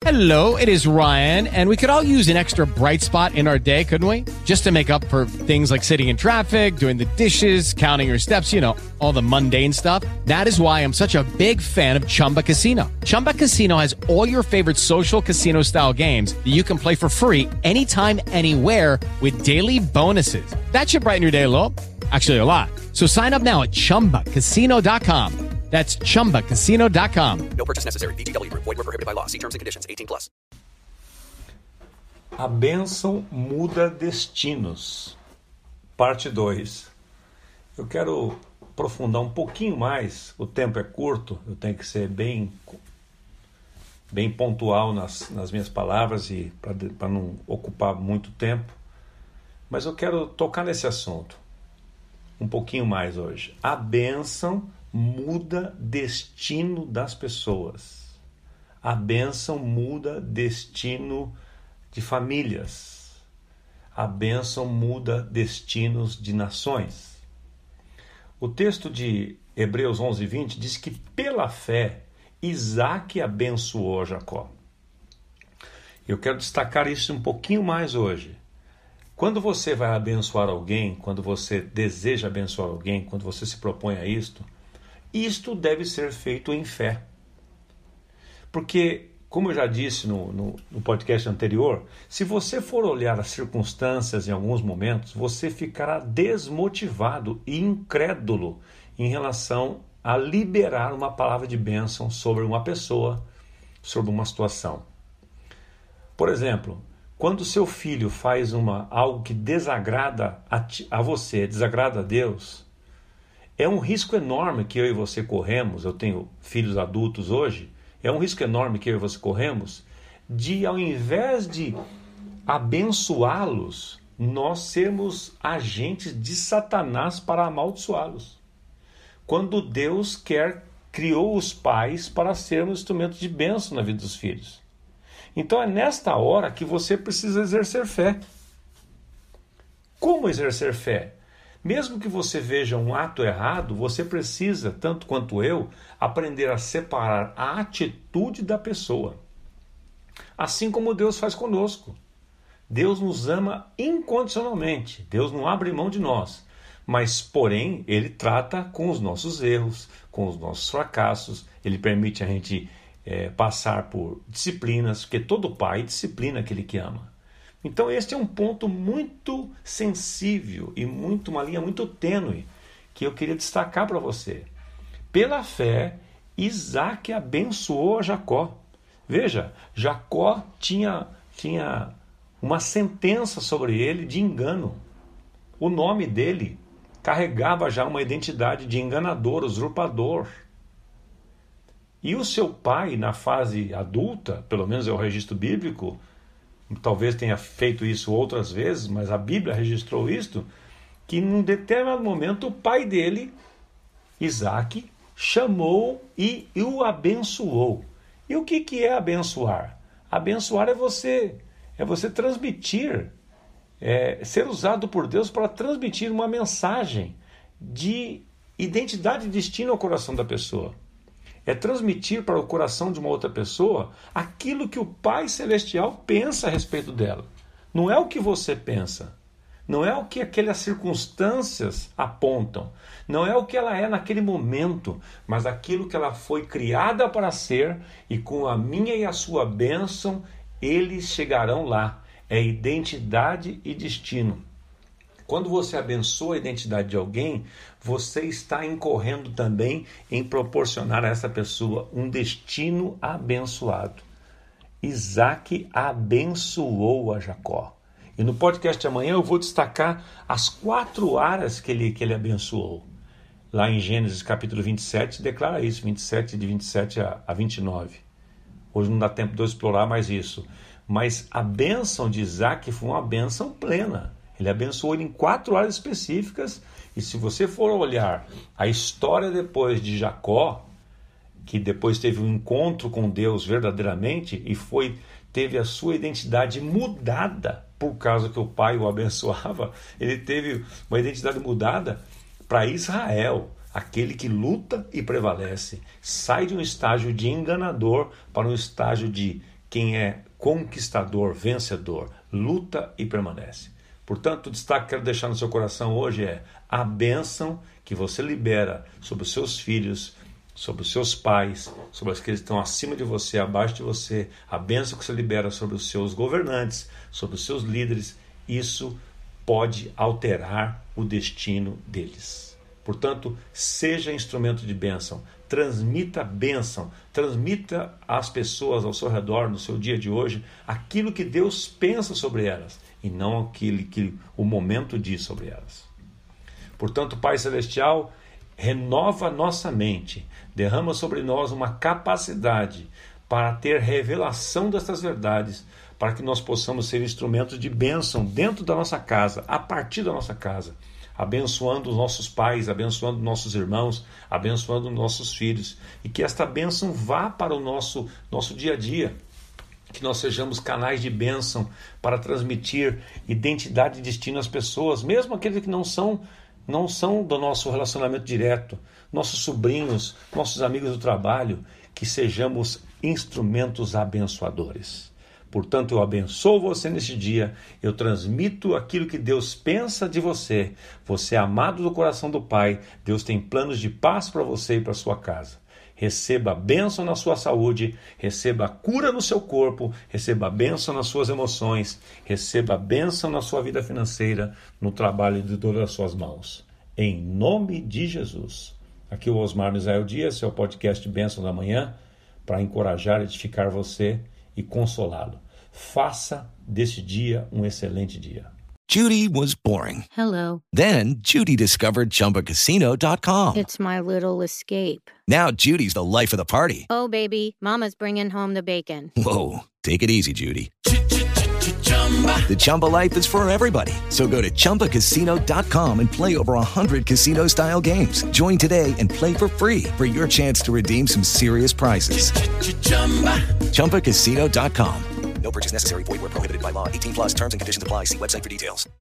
Hello, it is Ryan, and we could all use an extra bright spot in our day, couldn't we? Just to make up for things like sitting in traffic, doing the dishes, counting your steps, you know, all the mundane stuff. That is why I'm such a big fan of Chumba Casino. Chumba Casino has all your favorite social casino-style games that you can play for free anytime, anywhere with daily bonuses. That should brighten your day a little. Actually, a lot. So sign up now at ChumbaCasino.com. That's ChumbaCasino.com. No purchase necessary. VGW Group. Void where prohibited by law. See terms and conditions. 18+. A bênção muda destinos. Parte 2. Eu quero aprofundar um pouquinho mais. O tempo é curto. Eu tenho que ser bem pontual nas minhas palavras e para não ocupar muito tempo. Mas eu quero tocar nesse assunto um pouquinho mais hoje. A bênção muda destino das pessoas. A bênção muda destino de famílias. A bênção muda destinos de nações. O texto de Hebreus 11:20 diz que pela fé Isaac abençoou Jacó. Eu quero destacar isso um pouquinho mais hoje. Quando você vai abençoar alguém, quando você deseja abençoar alguém, quando você se propõe a isto deve ser feito em fé. Porque, como eu já disse no podcast anterior, se você for olhar as circunstâncias em alguns momentos, você ficará desmotivado e incrédulo em relação a liberar uma palavra de bênção sobre uma pessoa, sobre uma situação. Por exemplo, quando seu filho faz algo que desagrada a você, desagrada a Deus, é um risco enorme que eu e você corremos. Eu tenho filhos adultos hoje. É um risco enorme que eu e você corremos de, ao invés de abençoá-los, nós sermos agentes de Satanás para amaldiçoá-los. Quando Deus criou os pais para sermos instrumentos de bênção na vida dos filhos. Então é nesta hora que você precisa exercer fé. Como exercer fé? Mesmo que você veja um ato errado, você precisa, tanto quanto eu, aprender a separar a atitude da pessoa. Assim como Deus faz conosco. Deus nos ama incondicionalmente. Deus não abre mão de nós. Mas, porém, Ele trata com os nossos erros, com os nossos fracassos. Ele permite a gente passar por disciplinas, porque todo pai disciplina aquele que ama. Então este é um ponto muito sensível e uma linha muito tênue que eu queria destacar para você. Pela fé, Isaac abençoou a Jacó. Veja, Jacó tinha uma sentença sobre ele de engano. O nome dele carregava já uma identidade de enganador, usurpador. E o seu pai, na fase adulta, pelo menos é o registro bíblico, talvez tenha feito isso outras vezes, mas a Bíblia registrou isto, que em um determinado momento o pai dele, Isaac, chamou e o abençoou. E o que é abençoar? Abençoar é você transmitir, ser usado por Deus para transmitir uma mensagem de identidade e destino ao coração da pessoa. É transmitir para o coração de uma outra pessoa aquilo que o Pai Celestial pensa a respeito dela. Não é o que você pensa. Não é o que aquelas circunstâncias apontam. Não é o que ela é naquele momento. Mas aquilo que ela foi criada para ser. E com a minha e a sua bênção, eles chegarão lá. É identidade e destino. Quando você abençoa a identidade de alguém, você está incorrendo também em proporcionar a essa pessoa um destino abençoado. Isaac abençoou a Jacó. E no podcast de amanhã eu vou destacar as 4 áreas que ele abençoou. Lá em Gênesis capítulo 27, declara isso, de 27 a 29. Hoje não dá tempo de eu explorar mais isso. Mas a bênção de Isaac foi uma bênção plena. Ele abençoou ele em 4 áreas específicas. E se você for olhar a história depois de Jacó, que depois teve um encontro com Deus verdadeiramente e teve a sua identidade mudada por causa que o pai o abençoava, ele teve uma identidade mudada para Israel, aquele que luta e prevalece. Sai de um estágio de enganador para um estágio de quem é conquistador, vencedor, luta e permanece. Portanto, o destaque que quero deixar no seu coração hoje é a bênção que você libera sobre os seus filhos, sobre os seus pais, sobre aqueles que estão acima de você, abaixo de você, a bênção que você libera sobre os seus governantes, sobre os seus líderes. Isso pode alterar o destino deles. Portanto, seja instrumento de bênção, transmita bênção, transmita às pessoas ao seu redor, no seu dia de hoje, aquilo que Deus pensa sobre elas e não aquilo que o momento diz sobre elas. Portanto, Pai Celestial, renova nossa mente, derrama sobre nós uma capacidade para ter revelação destas verdades, para que nós possamos ser instrumentos de bênção dentro da nossa casa, a partir da nossa casa, abençoando os nossos pais, abençoando nossos irmãos, abençoando nossos filhos, e que esta bênção vá para o nosso dia a dia, que nós sejamos canais de bênção para transmitir identidade e destino às pessoas, mesmo aqueles que não são do nosso relacionamento direto, nossos sobrinhos, nossos amigos do trabalho, que sejamos instrumentos abençoadores. Portanto, eu abençoo você neste dia, eu transmito aquilo que Deus pensa de você. Você é amado do coração do Pai, Deus tem planos de paz para você e para sua casa. Receba bênção na sua saúde, receba cura no seu corpo, receba bênção nas suas emoções, receba bênção na sua vida financeira, no trabalho de todas as suas mãos. Em nome de Jesus. Aqui o Osmar Misael Dias, seu podcast Bênção da Manhã, para encorajar, edificar você e consolá-lo. Faça deste dia um excelente dia. Judy was boring. Hello. Then Judy discovered ChumbaCasino.com. It's my little escape. Now Judy's the life of the party. Oh, baby, mama's bringing home the bacon. Whoa, take it easy, Judy. The Chumba life is for everybody. So go to ChumbaCasino.com and play over 100 casino-style games. Join today and play for free for your chance to redeem some serious prizes. ChumbaCasino.com. No purchase necessary. Void where prohibited by law. 18+ terms and conditions apply. See website for details.